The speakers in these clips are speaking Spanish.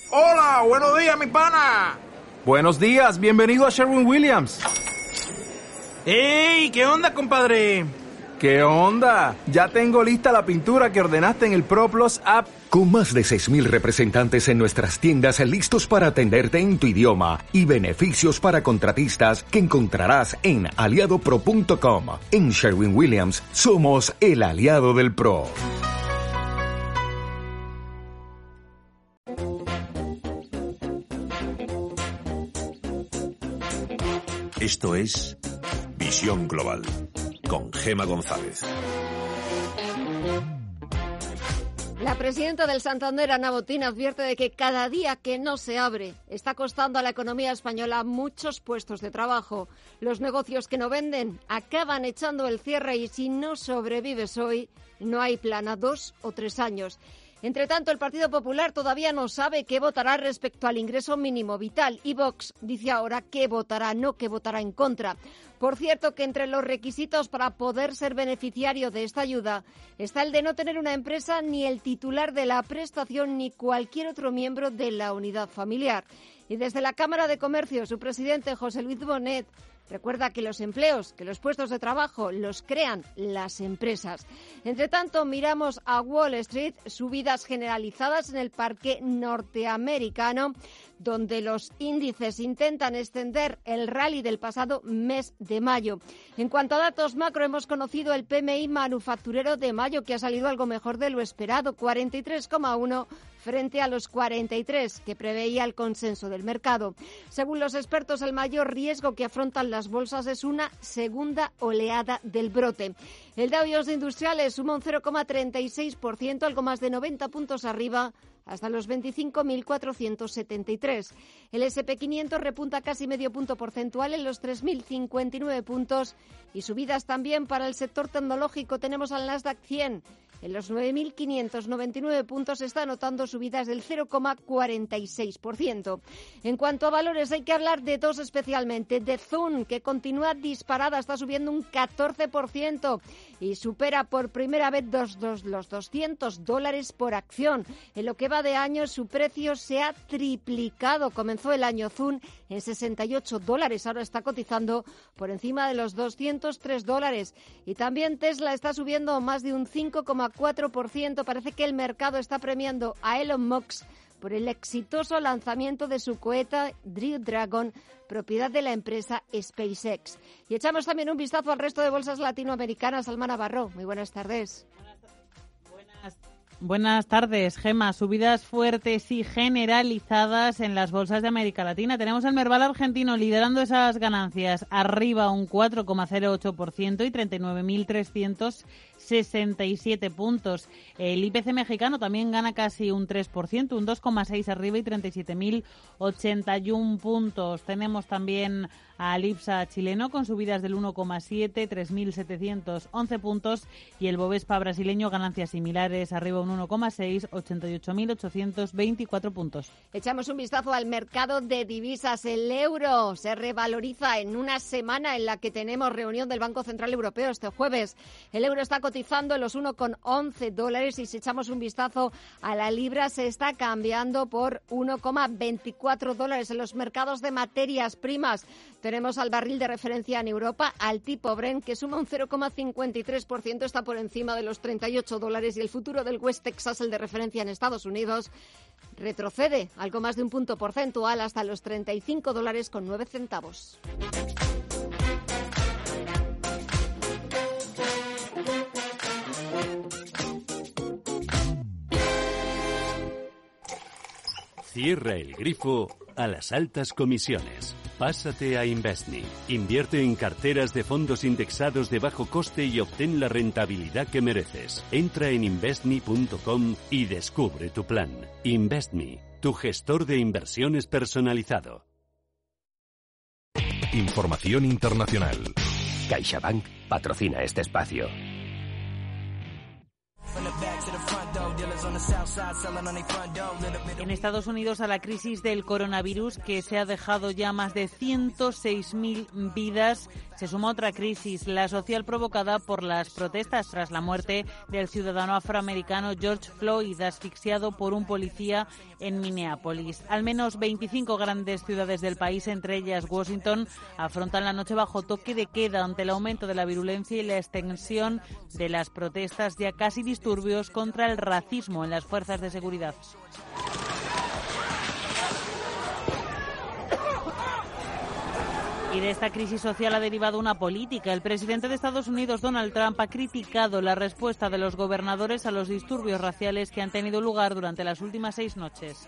Hola, buenos días, mi pana. Buenos días, bienvenido a Sherwin-Williams. ¡Ey! ¿Qué onda, compadre? ¿Qué onda? Ya tengo lista la pintura que ordenaste en el ProPlus app. Con más de 6,000 representantes en nuestras tiendas listos para atenderte en tu idioma y beneficios para contratistas que encontrarás en aliadopro.com. En Sherwin-Williams somos el aliado del pro. Esto es Visión Global, con Gema González. La presidenta del Santander, Ana Botín, advierte de que cada día que no se abre está costando a la economía española muchos puestos de trabajo. Los negocios que no venden acaban echando el cierre y si no sobrevives hoy, no hay plan a 2 o 3 años. Entre tanto, el Partido Popular todavía no sabe qué votará respecto al ingreso mínimo vital y Vox dice ahora qué votará, no qué votará en contra. Por cierto, que entre los requisitos para poder ser beneficiario de esta ayuda está el de no tener una empresa, ni el titular de la prestación, ni cualquier otro miembro de la unidad familiar. Y desde la Cámara de Comercio, su presidente, José Luis Bonet, recuerda que los empleos, que los puestos de trabajo los crean las empresas. Entre tanto, miramos a Wall Street, subidas generalizadas en el parque norteamericano, donde los índices intentan extender el rally del pasado mes de mayo. En cuanto a datos macro, hemos conocido el PMI manufacturero de mayo, que ha salido algo mejor de lo esperado, 43,1 frente a los 43 que preveía el consenso del mercado. Según los expertos, el mayor riesgo que afrontan las bolsas es una segunda oleada del brote. El Dow Jones Industriales suma un 0,36%, algo más de 90 puntos arriba, hasta los 25.473. El S&P 500 repunta casi medio punto porcentual en los 3.059 puntos y subidas también para el sector tecnológico. Tenemos al Nasdaq 100. En los 9.599 puntos se está anotando subidas del 0,46%. En cuanto a valores, hay que hablar de dos especialmente. De Zoom, que continúa disparada, está subiendo un 14% y supera por primera vez los $200 por acción. En lo que va de año, su precio se ha triplicado. Comenzó el año Zoom en $68, ahora está cotizando por encima de los $203. Y también Tesla está subiendo más de un 5,4%. Parece que el mercado está premiando a Elon Musk por el exitoso lanzamiento de su cohete Drew Dragon, propiedad de la empresa SpaceX. Y echamos también un vistazo al resto de bolsas latinoamericanas. Alma Navarro, muy buenas tardes. Buenas tardes, Gema. Subidas fuertes y generalizadas en las bolsas de América Latina. Tenemos el Merval argentino liderando esas ganancias, arriba un 4,08% y 39.367 puntos. El IPC mexicano también gana casi un 3%, un 2,6 arriba y 37.081 puntos. Tenemos también al IPSA chileno con subidas del 1,7, 3.711 puntos, y el Bovespa brasileño ganancias similares, arriba un 1,6, 88.824 puntos. Echamos un vistazo al mercado de divisas. El euro se revaloriza en una semana en la que tenemos reunión del Banco Central Europeo este jueves. El euro está cotizando en los $1,11 y si echamos un vistazo a la libra se está cambiando por $1,24 en los mercados de materias primas. Tenemos al barril de referencia en Europa, al tipo Brent, que suma un 0,53%, está por encima de los $38, y el futuro del West Texas, el de referencia en Estados Unidos, retrocede algo más de un punto porcentual hasta los $35,09. Cierra el grifo a las altas comisiones. Pásate a Investme. Invierte en carteras de fondos indexados de bajo coste y obtén la rentabilidad que mereces. Entra en investme.com y descubre tu plan. Investme, tu gestor de inversiones personalizado. Información internacional. CaixaBank patrocina este espacio. En Estados Unidos, a la crisis del coronavirus, que se ha dejado ya más de 106.000 vidas, se suma otra crisis, la social, provocada por las protestas tras la muerte del ciudadano afroamericano George Floyd, asfixiado por un policía en Minneapolis. Al menos 25 grandes ciudades del país, entre ellas Washington, afrontan la noche bajo toque de queda ante el aumento de la virulencia y la extensión de las protestas, ya casi disturbios, contra el racismo en las fuerzas de seguridad. Y de esta crisis social ha derivado una política. El presidente de Estados Unidos, Donald Trump, ha criticado la respuesta de los gobernadores a los disturbios raciales que han tenido lugar durante las últimas 6 noches.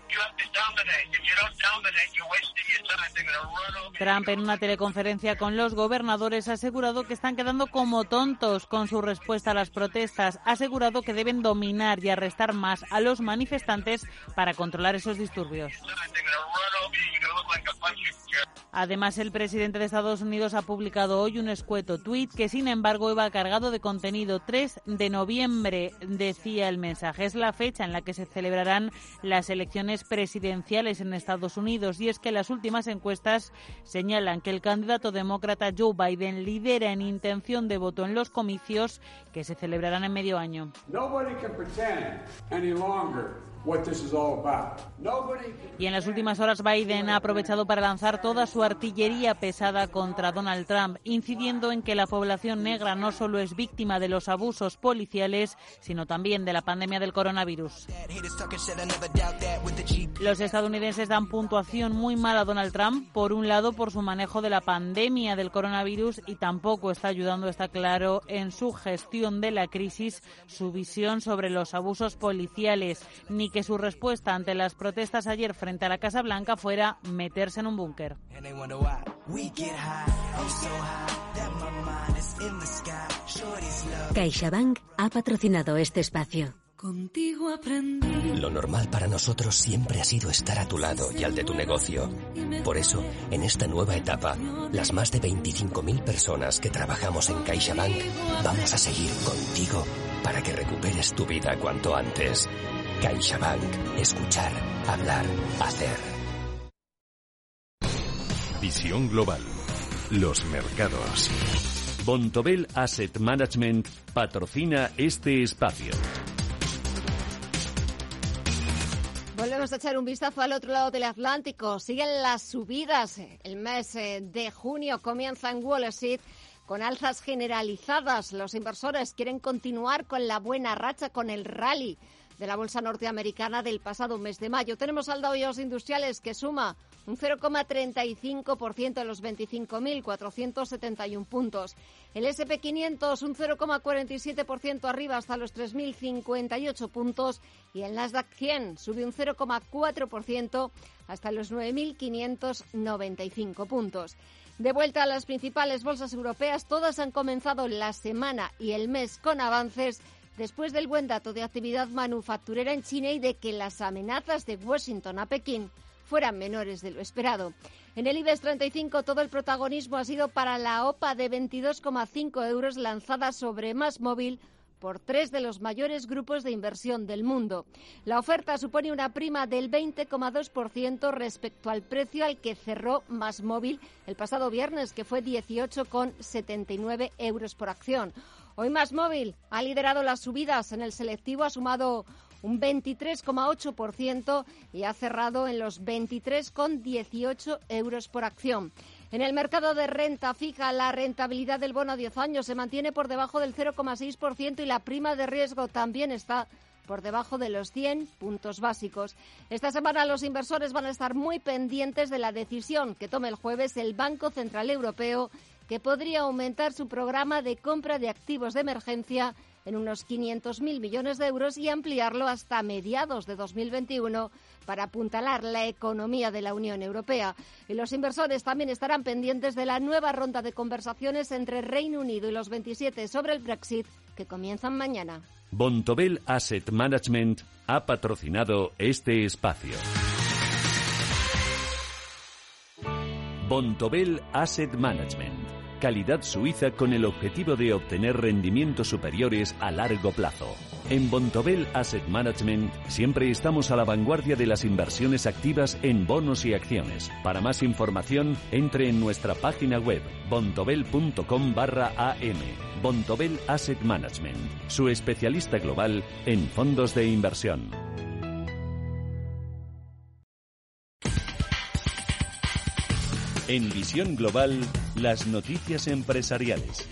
Trump, en una teleconferencia con los gobernadores, ha asegurado que están quedando como tontos con su respuesta a las protestas. Ha asegurado que deben dominar y arrestar más a los manifestantes para controlar esos disturbios. Además, el presidente de Estados Unidos ha publicado hoy un escueto tuit que, sin embargo, iba cargado de contenido. 3 de noviembre, decía el mensaje, es la fecha en la que se celebrarán las elecciones presidenciales en Estados Unidos. Y es que las últimas encuestas señalan que el candidato demócrata Joe Biden lidera en intención de voto en los comicios que se celebrarán en medio año. Y en las últimas horas Biden ha aprovechado para lanzar toda su artillería pesada contra Donald Trump, incidiendo en que la población negra no solo es víctima de los abusos policiales, sino también de la pandemia del coronavirus. Los estadounidenses dan puntuación muy mala a Donald Trump, por un lado por su manejo de la pandemia del coronavirus, y tampoco está ayudando, está claro, en su gestión de la crisis, su visión sobre los abusos policiales, ni que su respuesta ante las protestas ayer frente a la Casa Blanca fuera meterse en un búnker. CaixaBank ha patrocinado este espacio. Contigo aprendí. Lo normal para nosotros siempre ha sido estar a tu lado y al de tu negocio. Por eso, en esta nueva etapa, las más de 25.000 personas que trabajamos en CaixaBank vamos a seguir contigo para que recuperes tu vida cuanto antes. CaixaBank. Escuchar, hablar, hacer. Visión global. Los mercados. Bontobel Asset Management patrocina este espacio. Volvemos a echar un vistazo al otro lado del Atlántico. Siguen las subidas. El mes de junio comienza en Wall Street con alzas generalizadas. Los inversores quieren continuar con la buena racha, con el rally de la bolsa norteamericana del pasado mes de mayo. Tenemos al Dow Jones Industriales, que suma un 0,35% en los 25.471 puntos. El S&P 500 un 0,47% arriba hasta los 3.058 puntos. Y el Nasdaq 100 sube un 0,4% hasta los 9.595 puntos. De vuelta a las principales bolsas europeas, todas han comenzado la semana y el mes con avances, después del buen dato de actividad manufacturera en China y de que las amenazas de Washington a Pekín fueran menores de lo esperado. En el IBEX 35 todo el protagonismo ha sido para la OPA de 22,5 euros lanzada sobre MásMóvil por 3 de los mayores grupos de inversión del mundo. La oferta supone una prima del 20,2% respecto al precio al que cerró MásMóvil el pasado viernes, que fue 18,79 euros por acción. Hoy MásMóvil ha liderado las subidas en el selectivo, ha sumado un 23,8% y ha cerrado en los 23,18 euros por acción. En el mercado de renta fija, la rentabilidad del bono a 10 años se mantiene por debajo del 0,6% y la prima de riesgo también está por debajo de los 100 puntos básicos. Esta semana los inversores van a estar muy pendientes de la decisión que tome el jueves el Banco Central Europeo, que podría aumentar su programa de compra de activos de emergencia en unos 500.000 millones de euros y ampliarlo hasta mediados de 2021 para apuntalar la economía de la Unión Europea. Y los inversores también estarán pendientes de la nueva ronda de conversaciones entre Reino Unido y los 27 sobre el Brexit, que comienzan mañana. Bontobel Asset Management ha patrocinado este espacio. Bontobel Asset Management, calidad suiza con el objetivo de obtener rendimientos superiores a largo plazo. En Bontobel Asset Management siempre estamos a la vanguardia de las inversiones activas en bonos y acciones. Para más información, entre en nuestra página web bontobel.com/am. Bontobel Asset Management, su especialista global en fondos de inversión. En Visión Global, las noticias empresariales.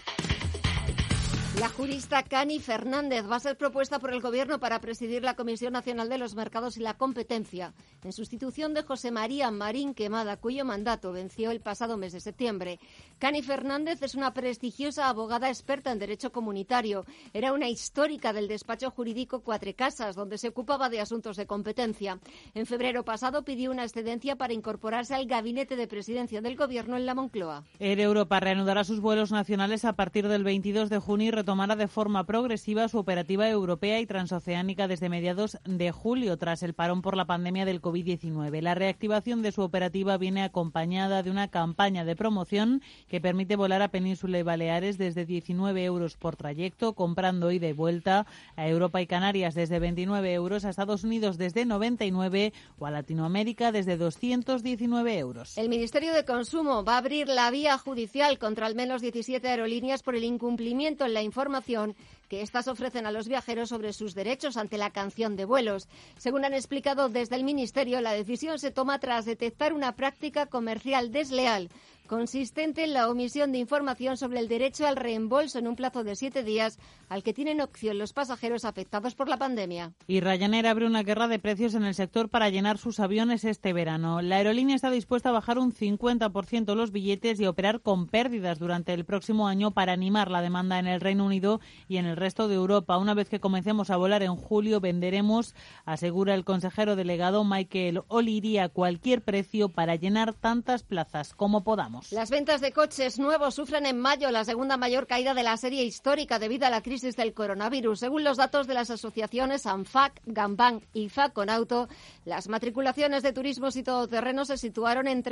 La jurista Cani Fernández va a ser propuesta por el Gobierno para presidir la Comisión Nacional de los Mercados y la Competencia, en sustitución de José María Marín Quemada, cuyo mandato venció el pasado mes de septiembre. Cani Fernández es una prestigiosa abogada experta en derecho comunitario. Era una histórica del despacho jurídico Cuatro Casas, donde se ocupaba de asuntos de competencia. En febrero pasado pidió una excedencia para incorporarse al gabinete de presidencia del Gobierno en la Moncloa. Air Europa reanudará sus vuelos nacionales a partir del 22 de junio y retomará de forma progresiva su operativa europea y transoceánica desde mediados de julio, tras el parón por la pandemia del COVID-19. La reactivación de su operativa viene acompañada de una campaña de promoción que permite volar a Península y Baleares desde 19 euros por trayecto, comprando ida y vuelta a Europa y Canarias desde 29 euros, a Estados Unidos desde 99 o a Latinoamérica desde 219 euros. El Ministerio de Consumo va a abrir la vía judicial contra al menos 17 aerolíneas por el incumplimiento en la información que éstas ofrecen a los viajeros sobre sus derechos ante la canción de vuelos. Según han explicado desde el Ministerio, la decisión se toma tras detectar una práctica comercial desleal consistente en la omisión de información sobre el derecho al reembolso en un plazo de 7 días al que tienen opción los pasajeros afectados por la pandemia. Y Ryanair abre una guerra de precios en el sector para llenar sus aviones este verano. La aerolínea está dispuesta a bajar un 50% los billetes y operar con pérdidas durante el próximo año para animar la demanda en el Reino Unido y en el resto de Europa. Una vez que comencemos a volar en julio, venderemos, asegura el consejero delegado Michael O'Leary, a cualquier precio para llenar tantas plazas como podamos. Las ventas de coches nuevos sufren en mayo la segunda mayor caída de la serie histórica debido a la crisis del coronavirus. Según los datos de las asociaciones ANFAC, Gambán y Faconauto, las matriculaciones de turismos y todoterrenos se situaron en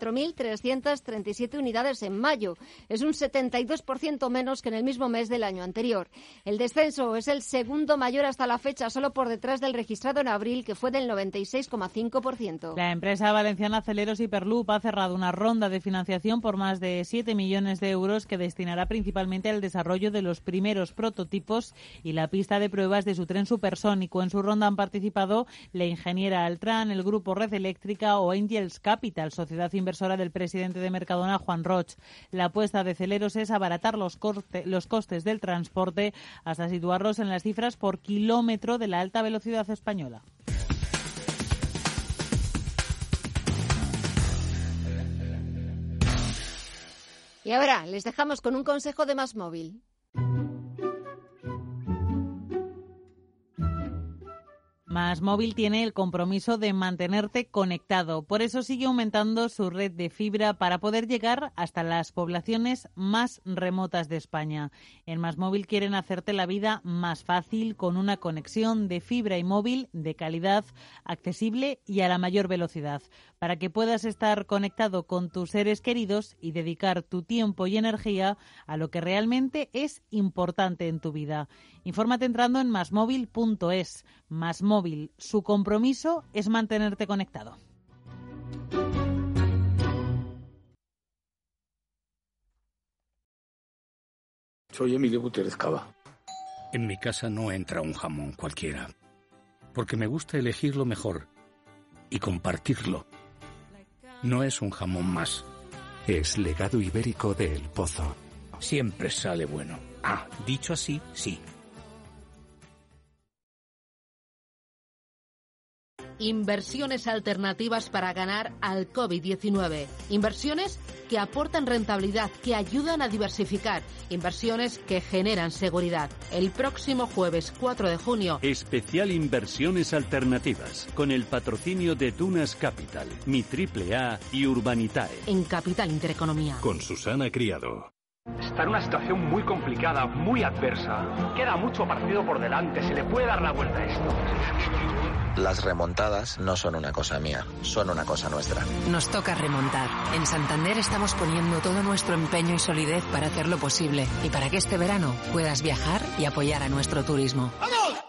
34.337 unidades en mayo. Es un 72% menos que en el mismo mes del año anterior. El descenso es el segundo mayor hasta la fecha, solo por detrás del registrado en abril, que fue del 96,5%. La empresa valenciana Aceleros Hyperloop ha cerrado una ronda de financiación por más de 7 millones de euros que destinará principalmente al desarrollo de los primeros prototipos y la pista de pruebas de su tren supersónico. En su ronda han participado la ingeniera Altran, el grupo Red Eléctrica o Angels Capital, sociedad inversora del presidente de Mercadona, Juan Roch. La apuesta de Celeros es abaratar los costes del transporte hasta situarlos en las cifras por kilómetro de la alta velocidad española. Y ahora les dejamos con un consejo de MásMóvil. MásMóvil tiene el compromiso de mantenerte conectado. Por eso sigue aumentando su red de fibra para poder llegar hasta las poblaciones más remotas de España. En MásMóvil quieren hacerte la vida más fácil con una conexión de fibra y móvil de calidad, accesible y a la mayor velocidad, para que puedas estar conectado con tus seres queridos y dedicar tu tiempo y energía a lo que realmente es importante en tu vida. Infórmate entrando en másmóvil.es. MásMóvil, su compromiso es mantenerte conectado. Soy Emilio Gutiérrez Cava. En mi casa no entra un jamón cualquiera, porque me gusta elegir lo mejor y compartirlo. No es un jamón más. Es legado ibérico de El Pozo. Siempre sale bueno. Dicho así, sí. Inversiones alternativas para ganar al COVID-19. Inversiones que aportan rentabilidad, que ayudan a diversificar. Inversiones que generan seguridad. El próximo jueves 4 de junio. Especial Inversiones Alternativas, con el patrocinio de Dunas Capital, Mi AAA y Urbanitae. En Capital Intereconomía. Con Susana Criado. Está en una situación muy complicada, muy adversa. Queda mucho partido por delante, se le puede dar la vuelta a esto. Las remontadas no son una cosa mía, son una cosa nuestra. Nos toca remontar. En Santander estamos poniendo todo nuestro empeño y solidez para hacerlo posible y para que este verano puedas viajar y apoyar a nuestro turismo. ¡Vamos!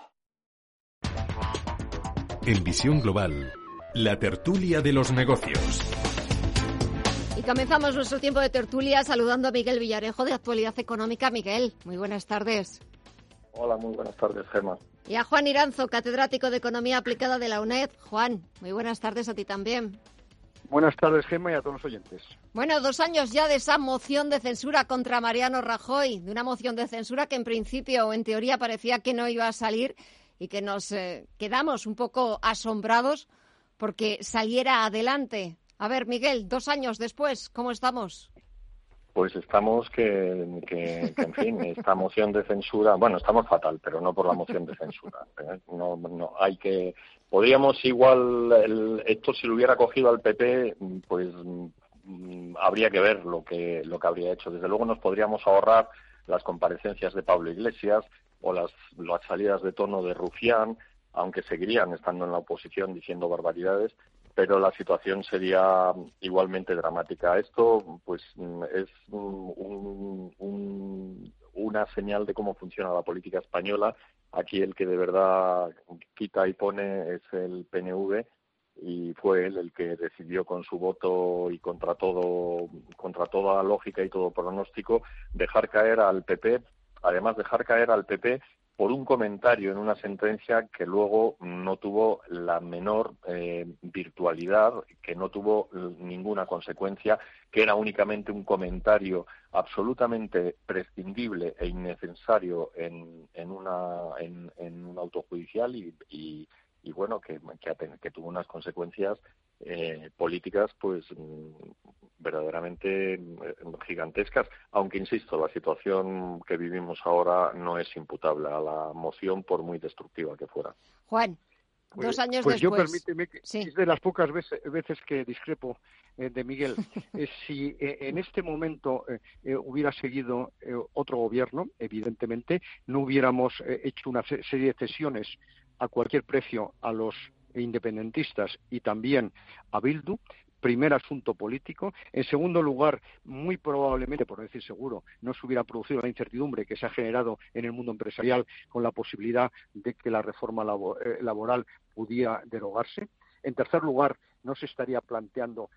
En Visión Global, la tertulia de los negocios. Y comenzamos nuestro tiempo de tertulia saludando a Miguel Villarejo de Actualidad Económica. Miguel, muy buenas tardes. Hola, muy buenas tardes, Gemma. Y a Juan Iranzo, catedrático de Economía Aplicada de la UNED. Juan, muy buenas tardes a ti también. Buenas tardes, Gemma, y a todos los oyentes. Bueno, 2 años ya de esa moción de censura contra Mariano Rajoy, de una moción de censura que en principio o en teoría parecía que no iba a salir y que nos quedamos un poco asombrados porque saliera adelante. A ver, Miguel, 2 años después, ¿cómo estamos? Pues estamos en fin, esta moción de censura, bueno, estamos fatal, pero no por la moción de censura. No hay que, podríamos igual, esto si lo hubiera cogido al PP, pues habría que ver lo que habría hecho. Desde luego nos podríamos ahorrar las comparecencias de Pablo Iglesias o las salidas de tono de Rufián, aunque seguirían estando en la oposición diciendo barbaridades, pero la situación sería igualmente dramática. Esto, pues, es una señal de cómo funciona la política española. Aquí el que de verdad quita y pone es el PNV, y fue él el que decidió con su voto y contra toda lógica y todo pronóstico, dejar caer al PP, además dejar caer al PP por un comentario en una sentencia que luego no tuvo la menor virtualidad, que no tuvo ninguna consecuencia, que era únicamente un comentario absolutamente prescindible e innecesario en un auto judicial y bueno, que tuvo unas consecuencias políticas pues verdaderamente gigantescas, aunque insisto, la situación que vivimos ahora no es imputable a la moción por muy destructiva que fuera. Juan, 2 años pues después. Yo permíteme que sí. Es de las pocas veces que discrepo de Miguel. Si en este momento hubiera seguido otro gobierno, evidentemente no hubiéramos hecho una serie de cesiones a cualquier precio a los independentistas y también a Bildu. Primer asunto político. En segundo lugar, muy probablemente, por no decir seguro, no se hubiera producido la incertidumbre que se ha generado en el mundo empresarial con la posibilidad de que la reforma laboral pudiera derogarse. En tercer lugar, no se estaría planteando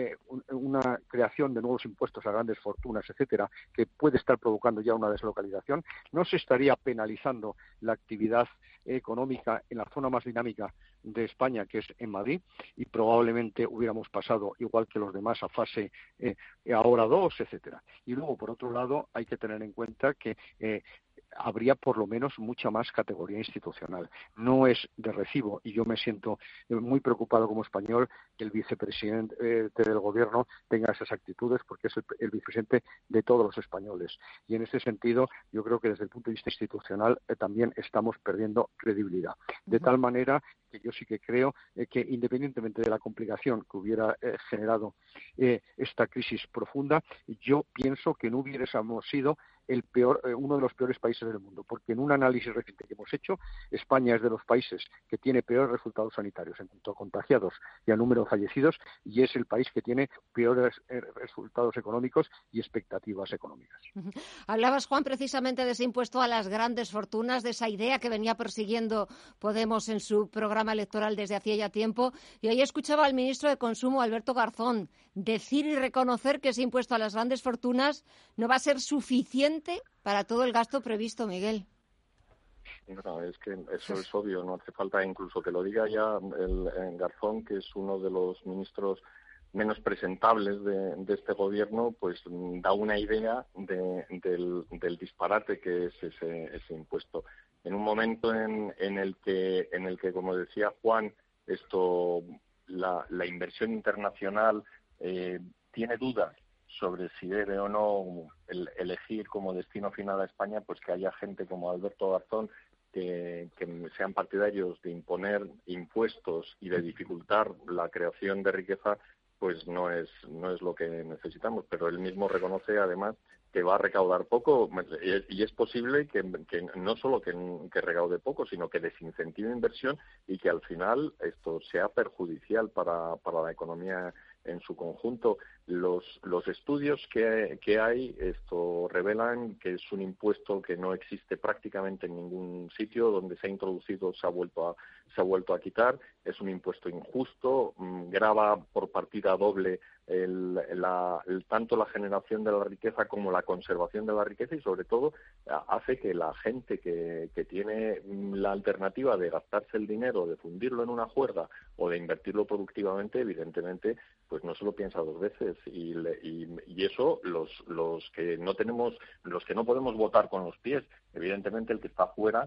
una creación de nuevos impuestos a grandes fortunas, etcétera, que puede estar provocando ya una deslocalización. No se estaría penalizando la actividad económica en la zona más dinámica de España, que es en Madrid, y probablemente hubiéramos pasado, igual que los demás, a fase ahora 2, etcétera. Y luego, por otro lado, hay que tener en cuenta que habría por lo menos mucha más categoría institucional. No es de recibo, y yo me siento muy preocupado como español que el vicepresidente del gobierno tenga esas actitudes, porque es el vicepresidente de todos los españoles. Y en ese sentido, yo creo que desde el punto de vista institucional también estamos perdiendo credibilidad. De tal manera que yo sí que creo que, independientemente de la complicación que hubiera generado esta crisis profunda, yo pienso que no hubiésemos sido uno de los peores países del mundo, porque en un análisis reciente que hemos hecho, España es de los países que tiene peores resultados sanitarios en cuanto a contagiados y a número de fallecidos, y es el país que tiene peores resultados económicos y expectativas económicas. Hablabas, Juan, precisamente de ese impuesto a las grandes fortunas, de esa idea que venía persiguiendo Podemos en su programa electoral desde hacía ya tiempo, y hoy escuchaba al ministro de Consumo, Alberto Garzón, decir y reconocer que ese impuesto a las grandes fortunas no va a ser suficiente para todo el gasto previsto, Miguel. No, es que eso es obvio, no hace falta incluso que lo diga ya el Garzón, que es uno de los ministros menos presentables de este gobierno, pues da una idea del disparate que es ese impuesto. En un momento en el que, como decía Juan, la inversión internacional tiene dudas sobre si debe o no elegir como destino final a España, pues que haya gente como Alberto Garzón que sean partidarios de imponer impuestos y de dificultar la creación de riqueza, pues no es lo que necesitamos. Pero él mismo reconoce además que va a recaudar poco, y es posible que no solo que recaude poco, sino que desincentive inversión y que al final esto sea perjudicial para la economía en su conjunto. Los estudios que hay revelan que es un impuesto que no existe prácticamente en ningún sitio. Donde se ha introducido se ha vuelto a quitar. Es un impuesto injusto, grava por partida doble tanto la generación de la riqueza como la conservación de la riqueza, y sobre todo hace que la gente que tiene la alternativa de gastarse el dinero, de fundirlo en una juerga o de invertirlo productivamente, evidentemente pues no se lo piensa dos veces, y eso los que no podemos votar con los pies, evidentemente el que está fuera,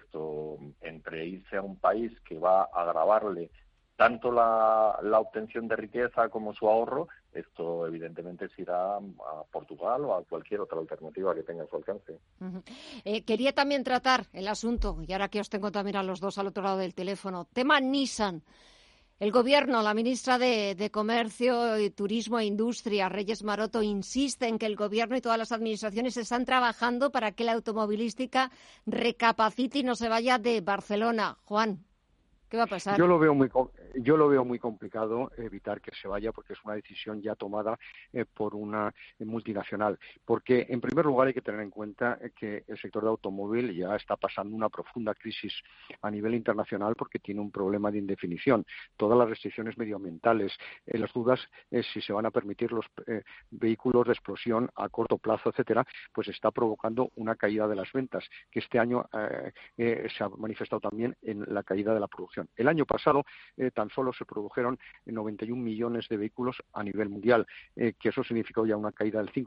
entre irse a un país que va a agravarle tanto la obtención de riqueza como su ahorro, esto evidentemente se irá a Portugal o a cualquier otra alternativa que tenga a su alcance. Quería también tratar el asunto, y ahora que os tengo también a los dos al otro lado del teléfono, tema Nissan. El Gobierno, la ministra de Comercio, Turismo e Industria, Reyes Maroto, insiste en que el Gobierno y todas las administraciones están trabajando para que la automovilística recapacite y no se vaya de Barcelona. Juan, ¿qué va a pasar? Yo lo veo muy complicado evitar que se vaya, porque es una decisión ya tomada por una multinacional. Porque, en primer lugar, hay que tener en cuenta que el sector de automóvil ya está pasando una profunda crisis a nivel internacional, porque tiene un problema de indefinición. Todas las restricciones medioambientales, las dudas si se van a permitir los vehículos de explosión a corto plazo, etcétera, pues está provocando una caída de las ventas, que este año se ha manifestado también en la caída de la producción. El año pasado tan solo se produjeron 91 millones de vehículos a nivel mundial, que eso significó ya una caída del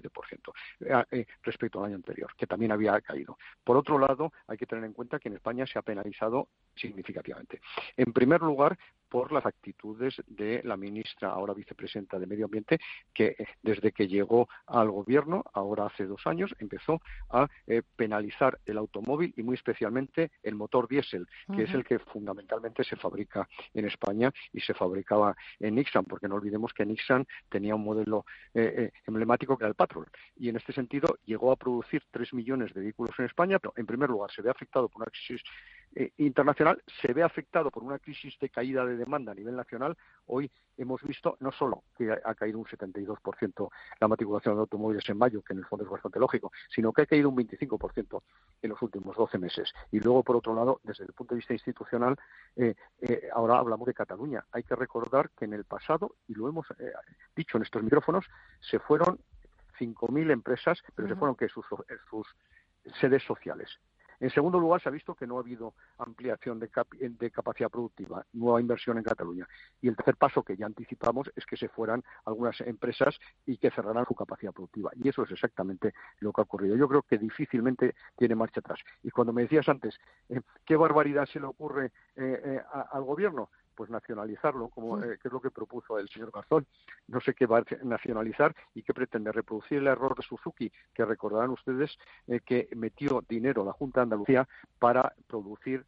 5,7% respecto al año anterior, que también había caído. Por otro lado, hay que tener en cuenta que en España se ha penalizado significativamente. En primer lugar, por las actitudes de la ministra, ahora vicepresidenta de Medio Ambiente, que desde que llegó al Gobierno, ahora hace 2 años, empezó a penalizar el automóvil y muy especialmente el motor diésel, que es el que fundamentalmente se fabrica en España y se fabricaba en Nissan, porque no olvidemos que Nissan tenía un modelo emblemático que era el Patrol, y en este sentido llegó a producir 3 millones de vehículos en España, pero en primer lugar se ve afectado por una crisis internacional, se ve afectado por una crisis de caída de demanda a nivel nacional. Hoy hemos visto no solo que ha caído un 72% la matriculación de automóviles en mayo, que en el fondo es bastante lógico, sino que ha caído un 25% en los últimos 12 meses. Y luego, por otro lado, desde el punto de vista institucional, ahora hablamos de Cataluña. Hay que recordar que en el pasado, y lo hemos dicho en estos micrófonos, se fueron 5.000 empresas, pero se fueron sus sedes sociales. En segundo lugar, se ha visto que no ha habido ampliación de capacidad productiva, nueva inversión en Cataluña. Y el tercer paso, que ya anticipamos, es que se fueran algunas empresas y que cerraran su capacidad productiva. Y eso es exactamente lo que ha ocurrido. Yo creo que difícilmente tiene marcha atrás. Y cuando me decías antes, ¿qué barbaridad se le ocurre al Gobierno? Pues nacionalizarlo, que es lo que propuso el señor Garzón. No sé qué va a nacionalizar y qué pretende, reproducir el error de Suzuki, que recordarán ustedes que metió dinero la Junta de Andalucía para producir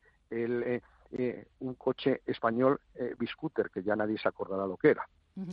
un coche español Biscooter, que ya nadie se acordará lo que era.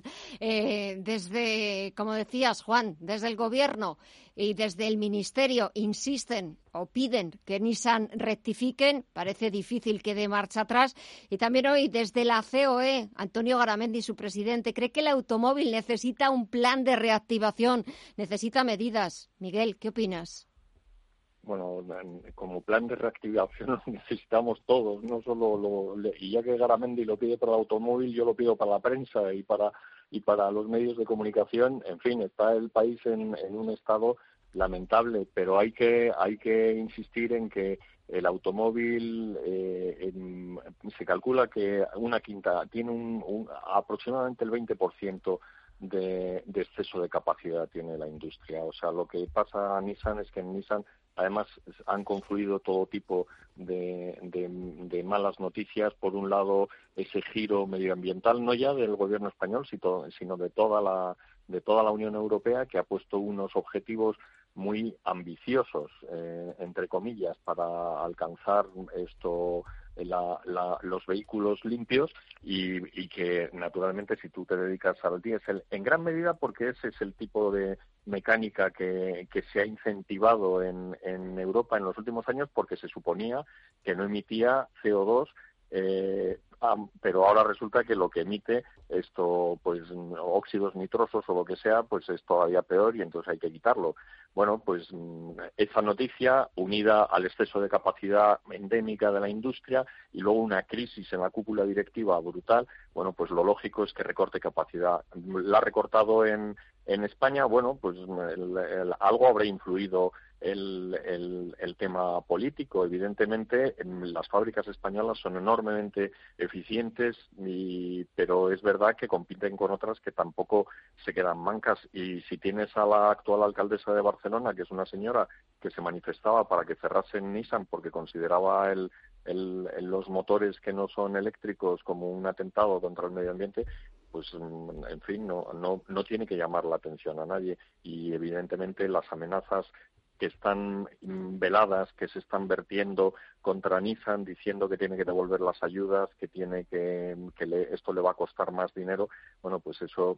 Desde, como decías, Juan, desde el Gobierno y desde el Ministerio insisten o piden que Nissan rectifiquen. Parece difícil que dé marcha atrás. Y también hoy, desde la COE, Antonio Garamendi, su presidente, cree que el automóvil necesita un plan de reactivación, necesita medidas. Miguel, ¿qué opinas? Bueno, como plan de reactivación lo necesitamos todos, no solo y ya que Garamendi lo pide para el automóvil, yo lo pido para la prensa y para los medios de comunicación. En fin, está el país en un estado lamentable, pero hay que insistir en que el automóvil se calcula que una quinta tiene aproximadamente el 20% de exceso de capacidad tiene la industria. O sea, lo que pasa a Nissan es que en Nissan además han confluido todo tipo de malas noticias. Por un lado, ese giro medioambiental, no ya del gobierno español, sino de toda la Unión Europea, que ha puesto unos objetivos muy ambiciosos, entre comillas, para alcanzar los vehículos limpios y que naturalmente si tú te dedicas al diésel, en gran medida porque ese es el tipo de mecánica que se ha incentivado en Europa en los últimos años, porque se suponía que no emitía CO2, pero ahora resulta que lo que emite esto, pues óxidos nitrosos o lo que sea, pues es todavía peor y entonces hay que quitarlo. Bueno, pues esa noticia, unida al exceso de capacidad endémica de la industria y luego una crisis en la cúpula directiva brutal, bueno, pues lo lógico es que recorte capacidad. La ha recortado en España, bueno, pues algo habrá influido el tema político. Evidentemente, las fábricas españolas son enormemente eficientes, pero es verdad que compiten con otras que tampoco se quedan mancas. Y si tienes a la actual alcaldesa de Barcelona, que es una señora que se manifestaba para que cerrasen Nissan porque consideraba los motores que no son eléctricos como un atentado contra el medio ambiente, pues en fin, no tiene que llamar la atención a nadie. Y evidentemente las amenazas que están veladas, que se están vertiendo contra Nissan, diciendo que tiene que devolver las ayudas, que esto le va a costar más dinero, bueno, pues eso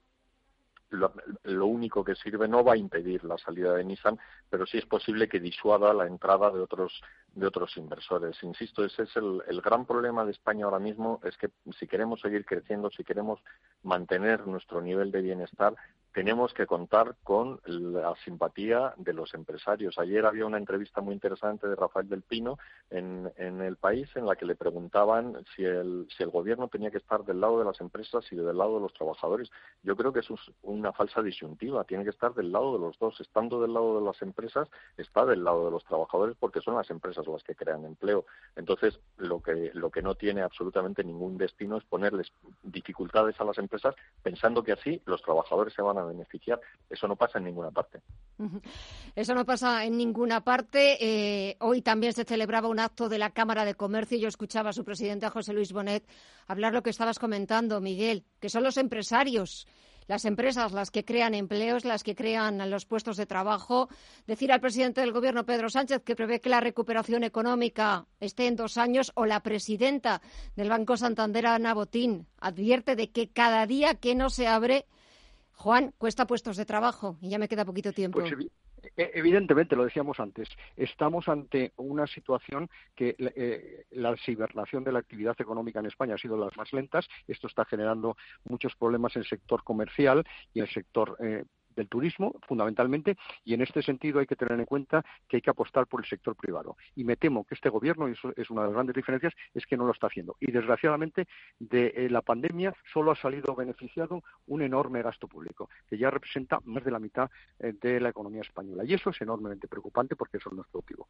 lo único que sirve, no va a impedir la salida de Nissan, pero sí es posible que disuada la entrada de otros inversores. Insisto, ese es el gran problema de España ahora mismo, es que si queremos seguir creciendo, si queremos mantener nuestro nivel de bienestar, tenemos que contar con la simpatía de los empresarios. Ayer había una entrevista muy interesante de Rafael del Pino en El País, en la que le preguntaban si el gobierno tenía que estar del lado de las empresas y del lado de los trabajadores. Yo creo que eso es una falsa disyuntiva, tiene que estar del lado de los dos. Estando del lado de las empresas, está del lado de los trabajadores, porque son las empresas las que crean empleo. Entonces, lo que no tiene absolutamente ningún destino es ponerles dificultades a las empresas pensando que así los trabajadores se van a beneficiar. Eso no pasa en ninguna parte. Eso no pasa en ninguna parte. Hoy también se celebraba un acto de la Cámara de Comercio y yo escuchaba a su presidente, a José Luis Bonet, hablar lo que estabas comentando, Miguel, que son los empresarios, las empresas las que crean empleos, las que crean los puestos de trabajo. Decir al presidente del Gobierno, Pedro Sánchez, que prevé que la recuperación económica esté en 2 años, o la presidenta del Banco Santander, Ana Botín, advierte de que cada día que no se abre, Juan, cuesta puestos de trabajo. Y ya me queda poquito tiempo. Pues evidentemente, lo decíamos antes, estamos ante una situación que la hibernación de la actividad económica en España ha sido de las más lentas. Esto está generando muchos problemas en el sector comercial y en el sector del turismo, fundamentalmente, y en este sentido hay que tener en cuenta que hay que apostar por el sector privado. Y me temo que este gobierno, y eso es una de las grandes diferencias, es que no lo está haciendo. Y desgraciadamente, de la pandemia solo ha salido beneficiado un enorme gasto público, que ya representa más de la mitad de la economía española. Y eso es enormemente preocupante porque eso no es productivo.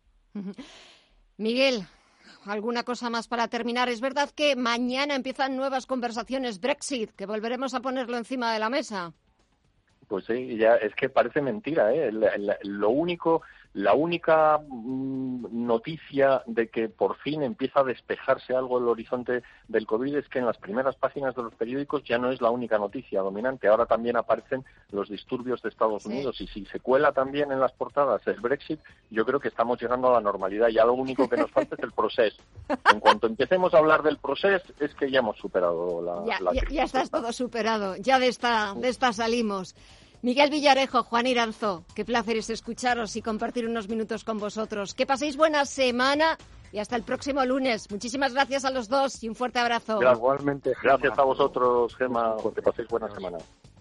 Miguel, ¿alguna cosa más para terminar? Es verdad que mañana empiezan nuevas conversaciones Brexit, que volveremos a ponerlo encima de la mesa. Pues sí, ya es que parece mentira, ¿eh? La única noticia de que por fin empieza a despejarse algo el horizonte del COVID es que en las primeras páginas de los periódicos ya no es la única noticia dominante. Ahora también aparecen los disturbios de Estados Unidos y si se cuela también en las portadas el Brexit, yo creo que estamos llegando a la normalidad. Ya lo único que nos falta es el proceso. En cuanto empecemos a hablar del proceso, es que ya hemos superado la crisis. Ya está todo superado. Ya de esta salimos. Miguel Villarejo, Juan Iranzo, qué placer es escucharos y compartir unos minutos con vosotros. Que paséis buena semana y hasta el próximo lunes. Muchísimas gracias a los dos y un fuerte abrazo. Igualmente, gracias a vosotros, Gemma, que paséis buena semana.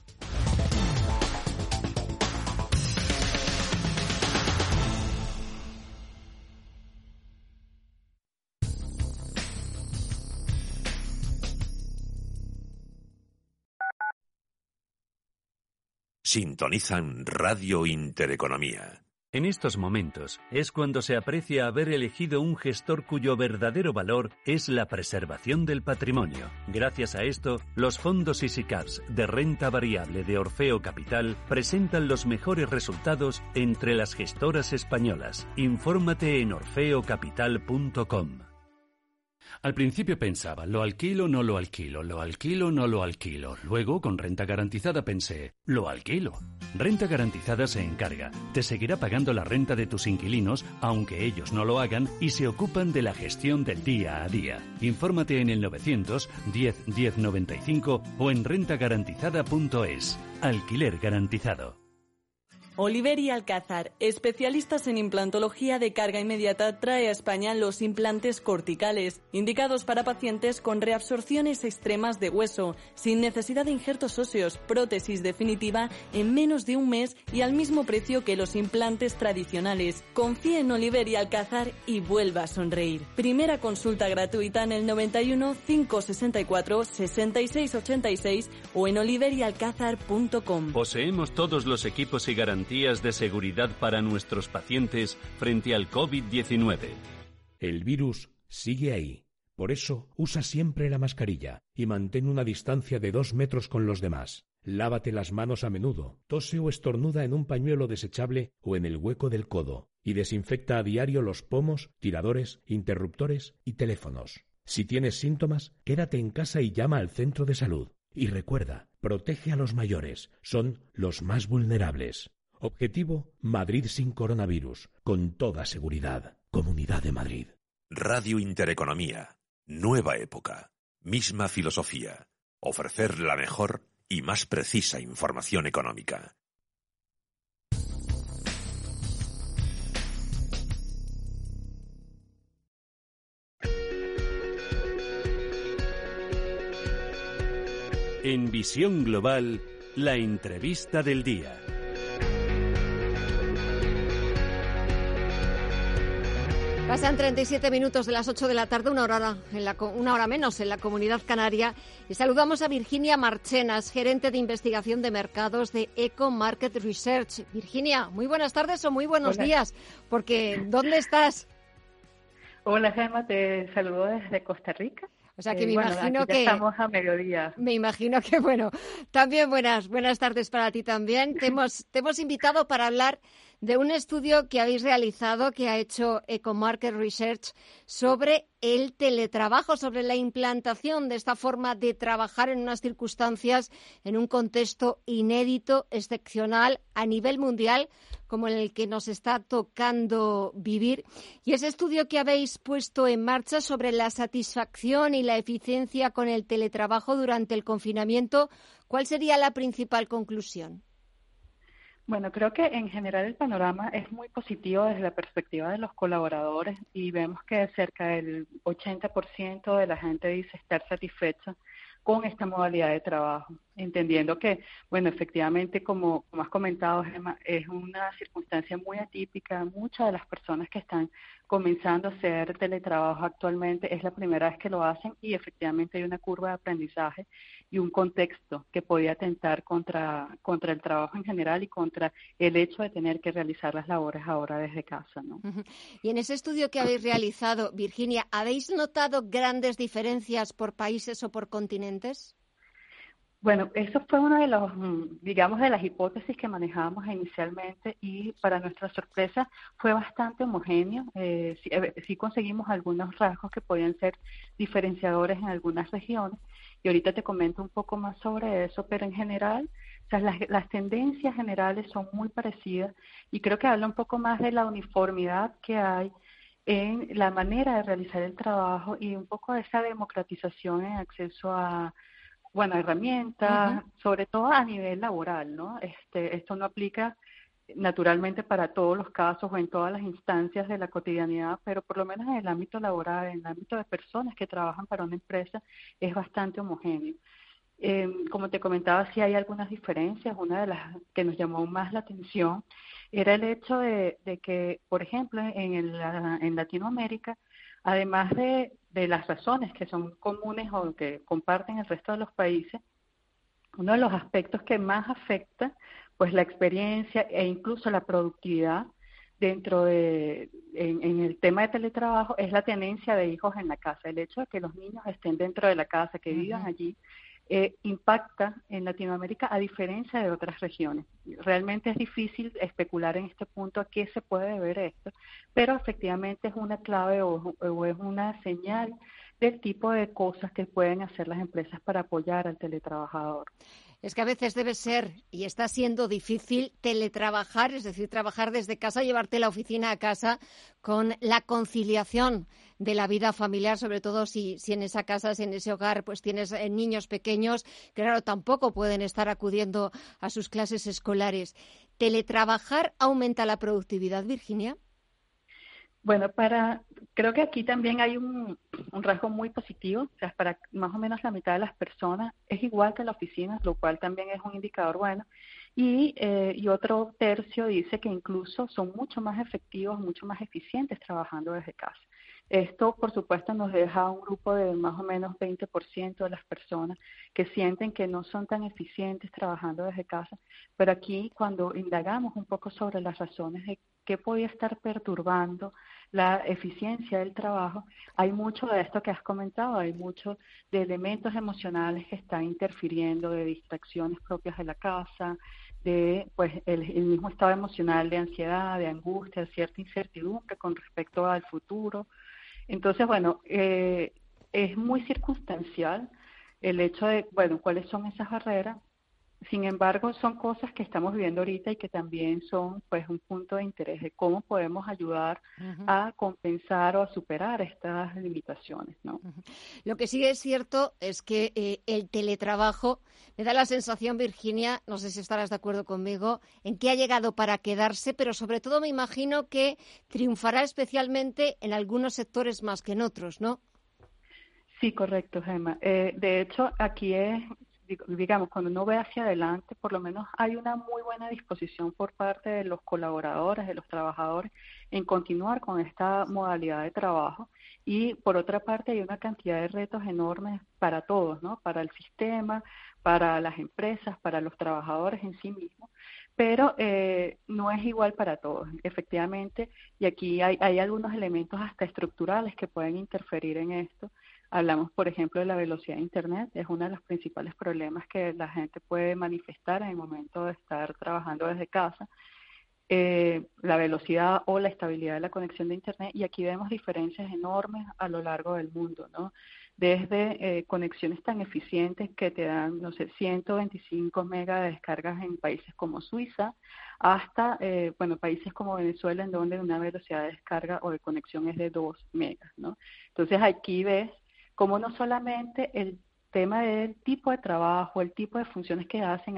Sintonizan Radio Intereconomía. En estos momentos es cuando se aprecia haber elegido un gestor cuyo verdadero valor es la preservación del patrimonio. Gracias a esto, los fondos EasyCaps de renta variable de Orfeo Capital presentan los mejores resultados entre las gestoras españolas. Infórmate en orfeocapital.com. Al principio pensaba, lo alquilo, no lo alquilo, lo alquilo, no lo alquilo. Luego, con renta garantizada pensé, lo alquilo. Renta garantizada se encarga, te seguirá pagando la renta de tus inquilinos, aunque ellos no lo hagan, y se ocupan de la gestión del día a día. Infórmate en el 900 10 10 95 o en rentagarantizada.es. Alquiler garantizado. Oliver y Alcázar, especialistas en implantología de carga inmediata, trae a España los implantes corticales, indicados para pacientes con reabsorciones extremas de hueso, sin necesidad de injertos óseos, prótesis definitiva en menos de un mes y al mismo precio que los implantes tradicionales. Confíe en Oliver y Alcázar y vuelva a sonreír. Primera consulta gratuita en el 91 564 66 86 o en oliveryalcázar.com. Poseemos todos los equipos y garantías de seguridad para nuestros pacientes frente al COVID-19. El virus sigue ahí. Por eso, usa siempre la mascarilla y mantén una distancia de 2 metros con los demás. Lávate las manos a menudo, tose o estornuda en un pañuelo desechable o en el hueco del codo y desinfecta a diario los pomos, tiradores, interruptores y teléfonos. Si tienes síntomas, quédate en casa y llama al centro de salud. Y recuerda, protege a los mayores, son los más vulnerables. Objetivo, Madrid sin coronavirus, con toda seguridad. Comunidad de Madrid. Radio Intereconomía. Nueva época. Misma filosofía. Ofrecer la mejor y más precisa información económica. En Visión Global, la entrevista del día. Pasan 37 minutos de las 8 de la tarde, una hora menos en la Comunidad Canaria, y saludamos a Virginia Marchenas, gerente de investigación de mercados de Eco Market Research. Virginia, muy buenas tardes o muy buenos días, porque ¿dónde estás? Hola, Gemma, te saludo desde Costa Rica. O sea que me imagino que estamos a mediodía. Me imagino que, bueno, también buenas tardes para ti también. Te hemos invitado para hablar de un estudio que habéis realizado, que ha hecho EcoMarket Research, sobre el teletrabajo, sobre la implantación de esta forma de trabajar en unas circunstancias, en un contexto inédito, excepcional, a nivel mundial, como en el que nos está tocando vivir. Y ese estudio que habéis puesto en marcha sobre la satisfacción y la eficiencia con el teletrabajo durante el confinamiento, ¿cuál sería la principal conclusión? Bueno, creo que en general el panorama es muy positivo desde la perspectiva de los colaboradores y vemos que cerca del 80% de la gente dice estar satisfecha con esta modalidad de trabajo, entendiendo que, bueno, efectivamente, como has comentado, Gemma, es una circunstancia muy atípica. Muchas de las personas que están comenzando a hacer teletrabajo actualmente es la primera vez que lo hacen y efectivamente hay una curva de aprendizaje y un contexto que podía atentar contra el trabajo en general y contra el hecho de tener que realizar las labores ahora desde casa, ¿no? Uh-huh. Y en ese estudio que habéis realizado, Virginia, ¿habéis notado grandes diferencias por países o por continentes? Bueno, eso fue una de los, digamos, de las hipótesis que manejábamos inicialmente y para nuestra sorpresa fue bastante homogéneo. Sí conseguimos algunos rasgos que podían ser diferenciadores en algunas regiones y ahorita te comento un poco más sobre eso, pero en general, o sea, las tendencias generales son muy parecidas y creo que habla un poco más de la uniformidad que hay en la manera de realizar el trabajo y un poco de esa democratización en acceso a herramientas, sobre todo a nivel laboral, ¿no? Esto no aplica naturalmente para todos los casos o en todas las instancias de la cotidianidad, pero por lo menos en el ámbito laboral, en el ámbito de personas que trabajan para una empresa, es bastante homogéneo. Como te comentaba, sí hay algunas diferencias. Una de las que nos llamó más la atención era el hecho de que, por ejemplo, en Latinoamérica, además de las razones que son comunes o que comparten el resto de los países, uno de los aspectos que más afecta pues la experiencia e incluso la productividad dentro en el tema de teletrabajo es la tenencia de hijos en la casa. El hecho de que los niños estén dentro de la casa, que vivan allí, impacta en Latinoamérica a diferencia de otras regiones. Realmente es difícil especular en este punto a qué se puede deber esto, pero efectivamente es una clave o es una señal del tipo de cosas que pueden hacer las empresas para apoyar al teletrabajador. Es que a veces debe ser, y está siendo difícil, teletrabajar, es decir, trabajar desde casa, llevarte la oficina a casa, con la conciliación de la vida familiar, sobre todo si en esa casa, si en ese hogar, pues tienes niños pequeños, que claro, tampoco pueden estar acudiendo a sus clases escolares. ¿Teletrabajar aumenta la productividad, Virginia? Bueno, creo que aquí también hay un rasgo muy positivo, o sea, para más o menos la mitad de las personas es igual que la oficina, lo cual también es un indicador bueno, y otro tercio dice que incluso son mucho más efectivos, mucho más eficientes trabajando desde casa. Esto, por supuesto, nos deja un grupo de más o menos 20% de las personas que sienten que no son tan eficientes trabajando desde casa, pero aquí cuando indagamos un poco sobre las razones de qué podía estar perturbando la eficiencia del trabajo, hay mucho de esto que has comentado, hay mucho de elementos emocionales que están interfiriendo, de distracciones propias de la casa, de pues el mismo estado emocional de ansiedad, de angustia, de cierta incertidumbre con respecto al futuro. Entonces, bueno, es muy circunstancial el hecho de, bueno, cuáles son esas barreras. Sin embargo, son cosas que estamos viviendo ahorita y que también son pues un punto de interés de cómo podemos ayudar a compensar o a superar estas limitaciones, ¿no? Lo que sí es cierto es que el teletrabajo me da la sensación, Virginia, no sé si estarás de acuerdo conmigo, en que ha llegado para quedarse, pero sobre todo me imagino que triunfará especialmente en algunos sectores más que en otros, ¿no? Sí, correcto, Gemma. De hecho, aquí digamos, cuando uno ve hacia adelante, por lo menos hay una muy buena disposición por parte de los colaboradores, de los trabajadores, en continuar con esta modalidad de trabajo. Y por otra parte hay una cantidad de retos enormes para todos, ¿no? Para el sistema, para las empresas, para los trabajadores en sí mismos, pero no es igual para todos, efectivamente, y aquí hay algunos elementos hasta estructurales que pueden interferir en esto. Hablamos, por ejemplo, de la velocidad de Internet, es uno de los principales problemas que la gente puede manifestar en el momento de estar trabajando desde casa, la velocidad o la estabilidad de la conexión de Internet, y aquí vemos diferencias enormes a lo largo del mundo, ¿no? Desde conexiones tan eficientes que te dan, no sé, 125 megas de descargas en países como Suiza, hasta, países como Venezuela, en donde una velocidad de descarga o de conexión es de 2 megas, ¿no? Entonces aquí ves como no solamente el tema del tipo de trabajo, el tipo de funciones que hacen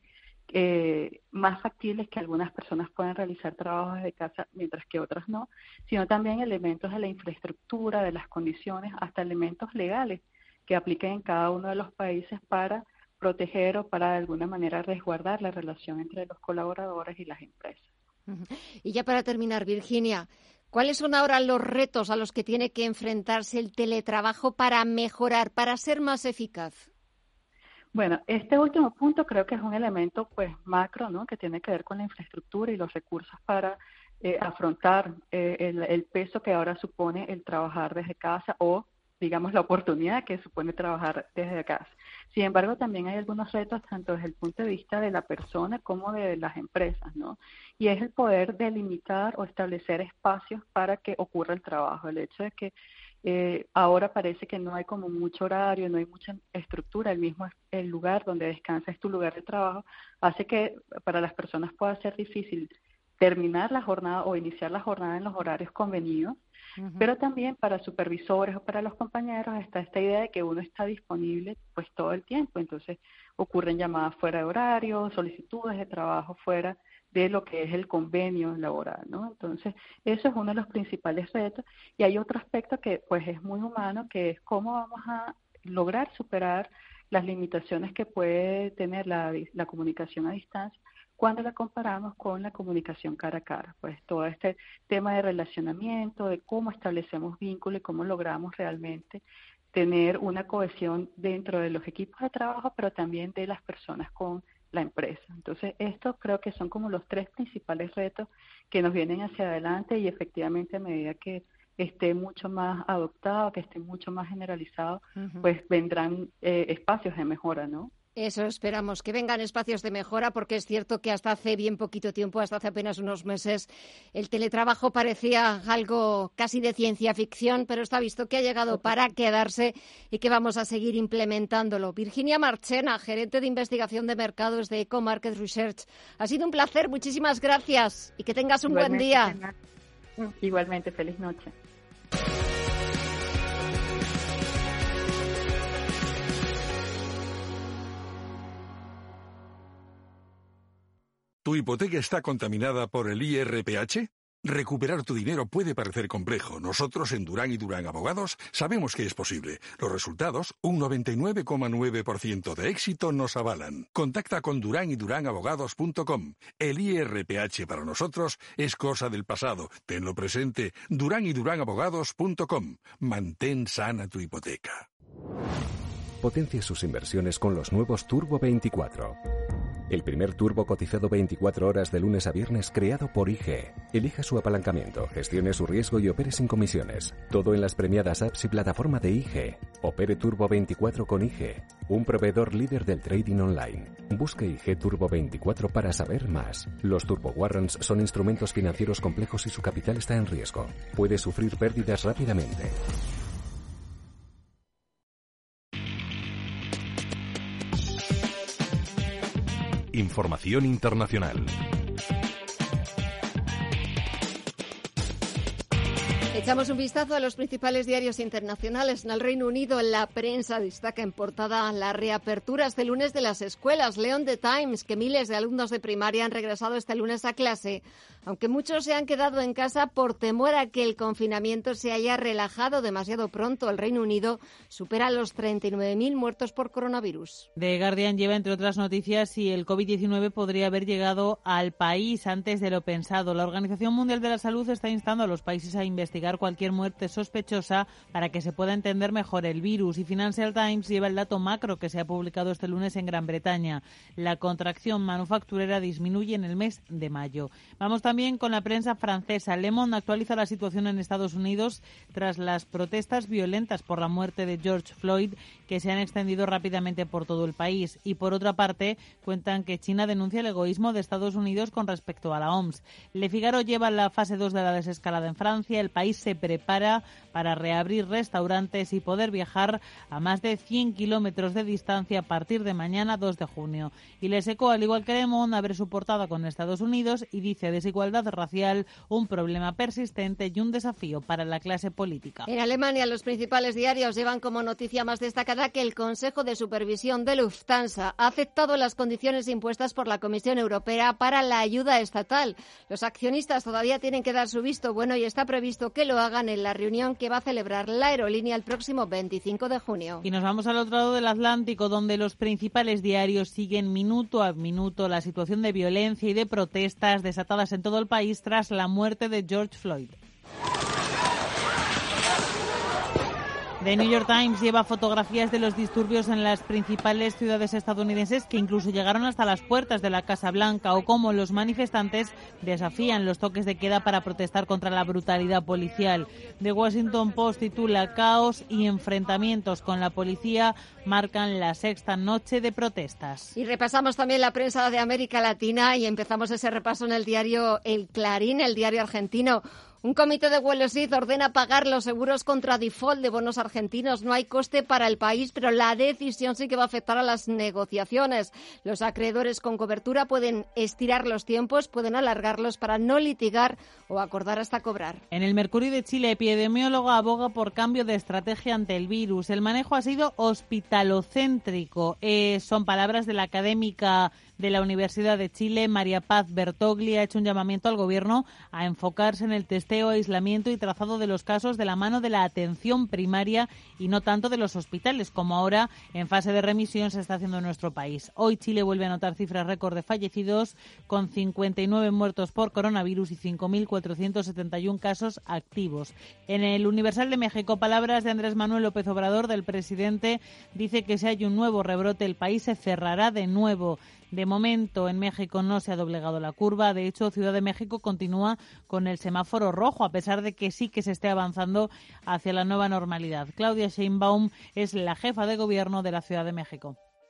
más factibles que algunas personas puedan realizar trabajos desde casa, mientras que otras no, sino también elementos de la infraestructura, de las condiciones, hasta elementos legales que apliquen en cada uno de los países para proteger o para de alguna manera resguardar la relación entre los colaboradores y las empresas. Y ya para terminar, Virginia, ¿cuáles son ahora los retos a los que tiene que enfrentarse el teletrabajo para mejorar, para ser más eficaz? Bueno, este último punto creo que es un elemento pues macro, ¿no? Que tiene que ver con la infraestructura y los recursos para afrontar el peso que ahora supone el trabajar desde casa o, digamos, la oportunidad que supone trabajar desde casa. Sin embargo, también hay algunos retos tanto desde el punto de vista de la persona como de las empresas, ¿no? Y es el poder delimitar o establecer espacios para que ocurra el trabajo. El hecho de que ahora parece que no hay como mucho horario, no hay mucha estructura, el lugar donde descansas es tu lugar de trabajo, hace que para las personas pueda ser difícil terminar la jornada o iniciar la jornada en los horarios convenidos, pero también para supervisores o para los compañeros está esta idea de que uno está disponible pues todo el tiempo, entonces ocurren llamadas fuera de horario, solicitudes de trabajo fuera de lo que es el convenio laboral, ¿no? Entonces, eso es uno de los principales retos. Y hay otro aspecto que pues es muy humano, que es cómo vamos a lograr superar las limitaciones que puede tener la comunicación a distancia cuando la comparamos con la comunicación cara a cara. Pues todo este tema de relacionamiento, de cómo establecemos vínculos y cómo logramos realmente tener una cohesión dentro de los equipos de trabajo, pero también de las personas con la empresa. Entonces, estos creo que son como los 3 principales retos que nos vienen hacia adelante y efectivamente a medida que esté mucho más adoptado, que esté mucho más generalizado, pues vendrán espacios de mejora, ¿no? Eso esperamos, que vengan espacios de mejora, porque es cierto que hasta hace bien poquito tiempo, hasta hace apenas unos meses, el teletrabajo parecía algo casi de ciencia ficción, pero está visto que ha llegado para quedarse y que vamos a seguir implementándolo. Virginia Marchena, gerente de investigación de mercados de EcoMarket Research. Ha sido un placer, muchísimas gracias y que tengas un buen día. Igualmente, feliz noche. ¿Tu hipoteca está contaminada por el IRPH? Recuperar tu dinero puede parecer complejo. Nosotros en Durán y Durán Abogados sabemos que es posible. Los resultados, un 99,9% de éxito, nos avalan. Contacta con duranyduránabogados.com. El IRPH para nosotros es cosa del pasado. Tenlo presente. duranyduránabogados.com. Mantén sana tu hipoteca. Potencia sus inversiones con los nuevos Turbo 24. El primer turbo cotizado 24 horas de lunes a viernes creado por IG. Elija su apalancamiento, gestione su riesgo y opere sin comisiones. Todo en las premiadas apps y plataforma de IG. Opere Turbo 24 con IG, un proveedor líder del trading online. Busque IG Turbo 24 para saber más. Los Turbo Warrants son instrumentos financieros complejos y su capital está en riesgo. Puede sufrir pérdidas rápidamente. Información internacional. Echamos un vistazo a los principales diarios internacionales. En el Reino Unido, la prensa destaca en portada la reapertura este lunes de las escuelas. Leo en The Times que miles de alumnos de primaria han regresado este lunes a clase, aunque muchos se han quedado en casa por temor a que el confinamiento se haya relajado demasiado pronto. El Reino Unido supera los 39.000 muertos por coronavirus. The Guardian lleva, entre otras noticias, si el COVID-19 podría haber llegado al país antes de lo pensado. La Organización Mundial de la Salud está instando a los países a investigar cualquier muerte sospechosa para que se pueda entender mejor el virus. Y Financial Times lleva el dato macro que se ha publicado este lunes en Gran Bretaña. La contracción manufacturera disminuye en el mes de mayo. Vamos también con la prensa francesa. Le Monde actualiza la situación en Estados Unidos tras las protestas violentas por la muerte de George Floyd, que se han extendido rápidamente por todo el país. Y por otra parte, cuentan que China denuncia el egoísmo de Estados Unidos con respecto a la OMS. Le Figaro lleva la fase 2 de la desescalada en Francia. El país se prepara para reabrir restaurantes y poder viajar a más de 100 kilómetros de distancia a partir de mañana 2 de junio. Y Les Echo, al igual que Le Monde, abre su portada con Estados Unidos y dice desigualdad racial, un problema persistente y un desafío para la clase política. En Alemania, los principales diarios llevan como noticia más destacada que el Consejo de Supervisión de Lufthansa ha aceptado las condiciones impuestas por la Comisión Europea para la ayuda estatal. Los accionistas todavía tienen que dar su visto bueno y está previsto que lo hagan en la reunión que va a celebrar la aerolínea el próximo 25 de junio. Y nos vamos al otro lado del Atlántico, donde los principales diarios siguen minuto a minuto la situación de violencia y de protestas desatadas en todo el país tras la muerte de George Floyd. The New York Times lleva fotografías de los disturbios en las principales ciudades estadounidenses que incluso llegaron hasta las puertas de la Casa Blanca, o cómo los manifestantes desafían los toques de queda para protestar contra la brutalidad policial. The Washington Post titula caos y enfrentamientos con la policía marcan la sexta noche de protestas. Y repasamos también la prensa de América Latina y empezamos ese repaso en el diario El Clarín, el diario argentino. Un comité de Wall Street ordena pagar los seguros contra default de bonos argentinos. No hay coste para el país, pero la decisión sí que va a afectar a las negociaciones. Los acreedores con cobertura pueden estirar los tiempos, pueden alargarlos para no litigar o acordar hasta cobrar. En el Mercurio de Chile, epidemiólogo aboga por cambio de estrategia ante el virus. El manejo ha sido hospitalocéntrico. Son palabras de la académica de la Universidad de Chile, María Paz Bertogli. Ha hecho un llamamiento al Gobierno a enfocarse en el testeo, aislamiento y trazado de los casos de la mano de la atención primaria y no tanto de los hospitales, como ahora en fase de remisión se está haciendo en nuestro país. Hoy Chile vuelve a anotar cifras récord de fallecidos, con 59 muertos por coronavirus y 5.471 casos activos. En el Universal de México, palabras de Andrés Manuel López Obrador, del presidente, dice que si hay un nuevo rebrote el país se cerrará de nuevo. De momento, en México no se ha doblegado la curva. De hecho, Ciudad de México continúa con el semáforo rojo, a pesar de que sí que se esté avanzando hacia la nueva normalidad. Claudia Sheinbaum es la jefa de gobierno de la Ciudad de México.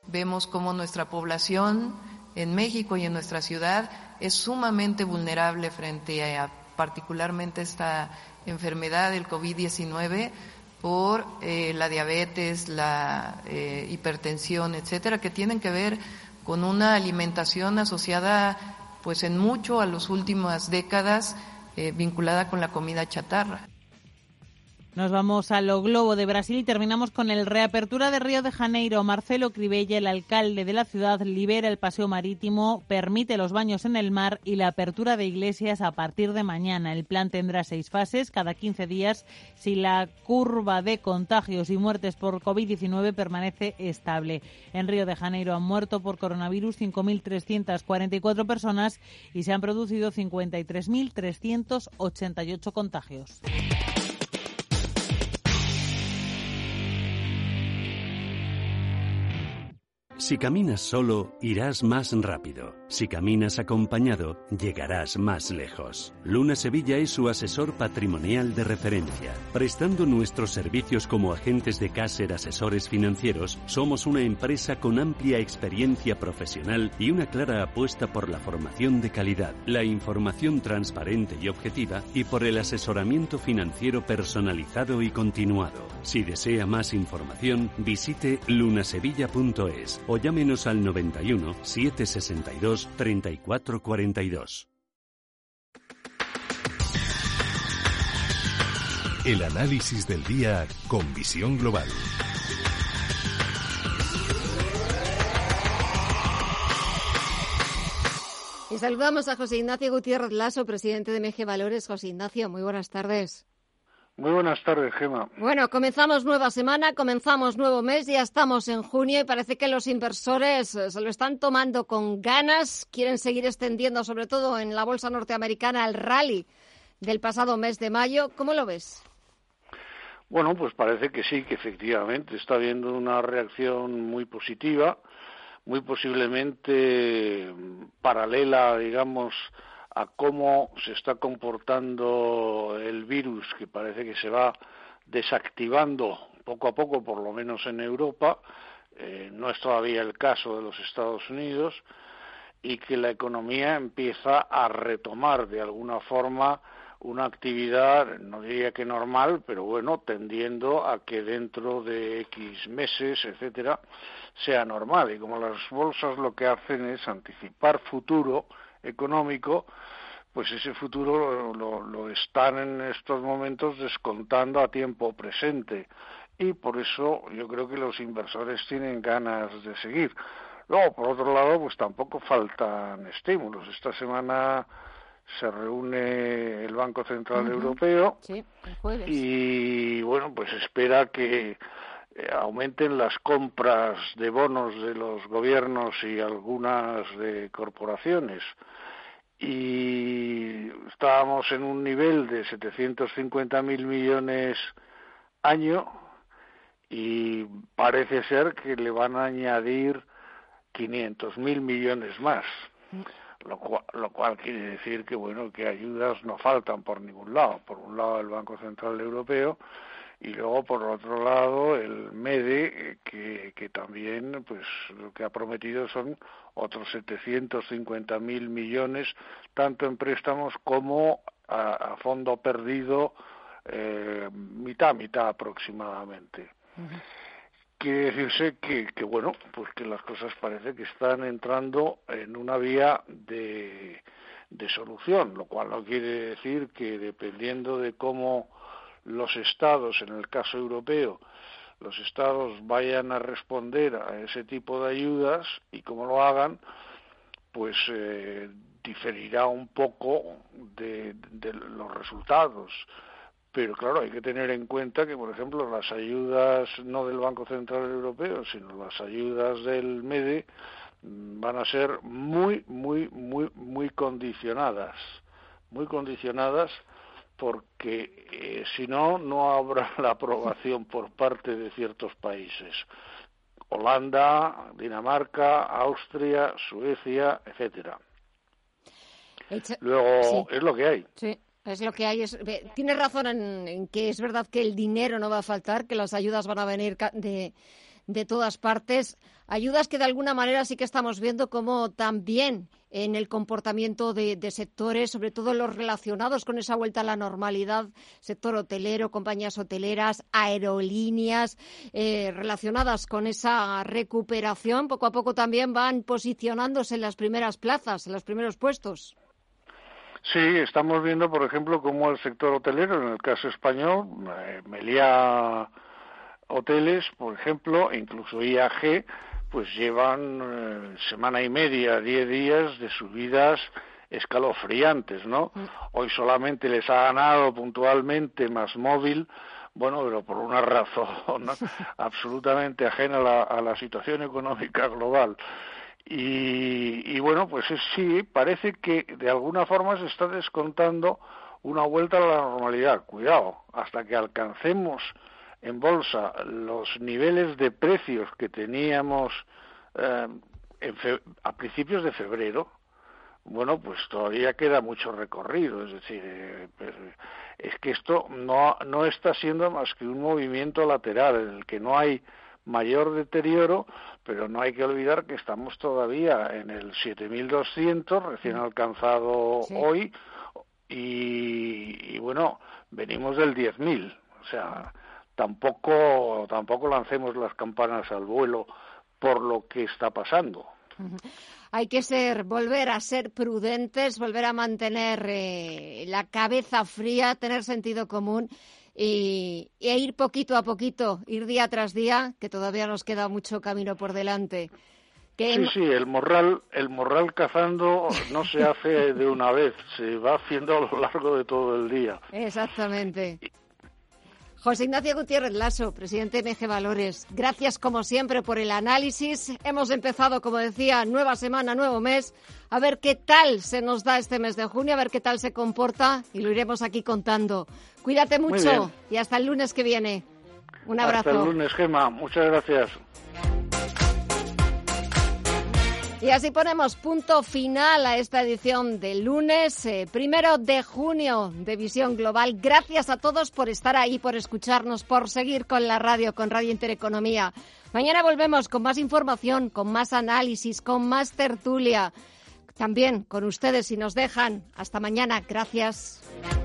Vemos cómo nuestra población en México y en nuestra ciudad es sumamente vulnerable frente a particularmente esta enfermedad del COVID-19 por la diabetes, la hipertensión, etcétera, que tienen que ver con una alimentación asociada pues en mucho a las últimas décadas vinculada con la comida chatarra. Nos vamos a lo Globo de Brasil y terminamos con el reapertura de Río de Janeiro. Marcelo Crivella, el alcalde de la ciudad, libera el paseo marítimo, permite los baños en el mar y la apertura de iglesias a partir de mañana. El plan tendrá 6 fases, cada 15 días, si la curva de contagios y muertes por COVID-19 permanece estable. En Río de Janeiro han muerto por coronavirus 5.344 personas y se han producido 53.388 contagios. Si caminas solo, irás más rápido. Si caminas acompañado, llegarás más lejos. Luna Sevilla es su asesor patrimonial de referencia. Prestando nuestros servicios como agentes de Caser Asesores Financieros, somos una empresa con amplia experiencia profesional y una clara apuesta por la formación de calidad, la información transparente y objetiva y por el asesoramiento financiero personalizado y continuado. Si desea más información, visite lunasevilla.es o llámenos al 91 762 3442. El análisis del día con visión global. Y saludamos a José Ignacio Gutiérrez Laso, presidente de MG Valores. José Ignacio, muy buenas tardes. Muy buenas tardes, Gema. Bueno, comenzamos nueva semana, comenzamos nuevo mes, ya estamos en junio y parece que los inversores se lo están tomando con ganas, quieren seguir extendiendo, sobre todo en la bolsa norteamericana, el rally del pasado mes de mayo. ¿Cómo lo ves? Bueno, pues parece que sí, que efectivamente está habiendo una reacción muy positiva, muy posiblemente paralela, digamos, a cómo se está comportando el virus, que parece que se va desactivando poco a poco, por lo menos en Europa, no es todavía el caso de los Estados Unidos, y que la economía empieza a retomar de alguna forma una actividad, no diría que normal, pero bueno, tendiendo a que dentro de X meses, etcétera, sea normal. Y como las bolsas lo que hacen es anticipar futuro económico, pues ese futuro lo están en estos momentos descontando a tiempo presente, y por eso yo creo que los inversores tienen ganas de seguir. Luego, por otro lado, pues tampoco faltan estímulos. Esta semana se reúne el Banco Central Europeo, sí, el jueves. Y bueno, pues espera que aumenten las compras de bonos de los gobiernos y algunas de corporaciones. Y estábamos en un nivel de 750.000 millones año y parece ser que le van a añadir 500.000 millones más, lo cual quiere decir que bueno, que ayudas no faltan por ningún lado. Por un lado el Banco Central Europeo y luego por otro lado el MEDE, que también pues lo que ha prometido son otros 750.000 millones, tanto en préstamos como a fondo perdido, mitad aproximadamente. Quiere decirse que bueno, pues que las cosas parece que están entrando en una vía de solución, lo cual no quiere decir que dependiendo de cómo los estados, en el caso europeo, los estados vayan a responder a ese tipo de ayudas y cómo lo hagan, pues diferirá un poco de los resultados. Pero claro, hay que tener en cuenta que, por ejemplo, las ayudas no del Banco Central Europeo, sino las ayudas del MEDE van a ser muy condicionadas, porque si no habrá la aprobación por parte de ciertos países. Holanda, Dinamarca, Austria, Suecia, etcétera. Luego, sí, es lo que hay. Sí. Es lo que hay. Tienes razón en que es verdad que el dinero no va a faltar, que las ayudas van a venir de de todas partes. Ayudas que de alguna manera sí que estamos viendo como también en el comportamiento de sectores, sobre todo los relacionados con esa vuelta a la normalidad, sector hotelero, compañías hoteleras, aerolíneas, relacionadas con esa recuperación, poco a poco también van posicionándose en las primeras plazas, en los primeros puestos. Sí, estamos viendo, por ejemplo, cómo el sector hotelero, en el caso español, Meliá Hoteles, por ejemplo, e incluso IAG, pues llevan semana y media, 10 días de subidas escalofriantes, ¿no? Hoy solamente les ha ganado puntualmente MásMóvil, bueno, pero por una razón absolutamente ajena a la situación económica global. Y bueno, pues sí, parece que de alguna forma se está descontando una vuelta a la normalidad. Cuidado, hasta que alcancemos en bolsa los niveles de precios que teníamos a principios de febrero, bueno, pues todavía queda mucho recorrido. Es decir, es que esto no está siendo más que un movimiento lateral en el que no hay mayor deterioro, pero no hay que olvidar que estamos todavía en el 7.200 recién alcanzado hoy y bueno, venimos del 10.000, o sea, tampoco lancemos las campanas al vuelo por lo que está pasando. Hay que volver a ser prudentes, volver a mantener la cabeza fría, tener sentido común e ir poquito a poquito, ir día tras día, que todavía nos queda mucho camino por delante. Sí, el morral cazando no se hace de una vez, se va haciendo a lo largo de todo el día. Exactamente. José Ignacio Gutiérrez Lasso, presidente de MG Valores, gracias como siempre por el análisis. Hemos empezado, como decía, nueva semana, nuevo mes. A ver qué tal se nos da este mes de junio, a ver qué tal se comporta y lo iremos aquí contando. Cuídate mucho y hasta el lunes que viene. Un abrazo. Hasta el lunes, Gemma. Muchas gracias. Y así ponemos punto final a esta edición del lunes, 1 de junio de Visión Global. Gracias a todos por estar ahí, por escucharnos, por seguir con la radio, con Radio Intereconomía. Mañana volvemos con más información, con más análisis, con más tertulia. También con ustedes si nos dejan. Hasta mañana. Gracias.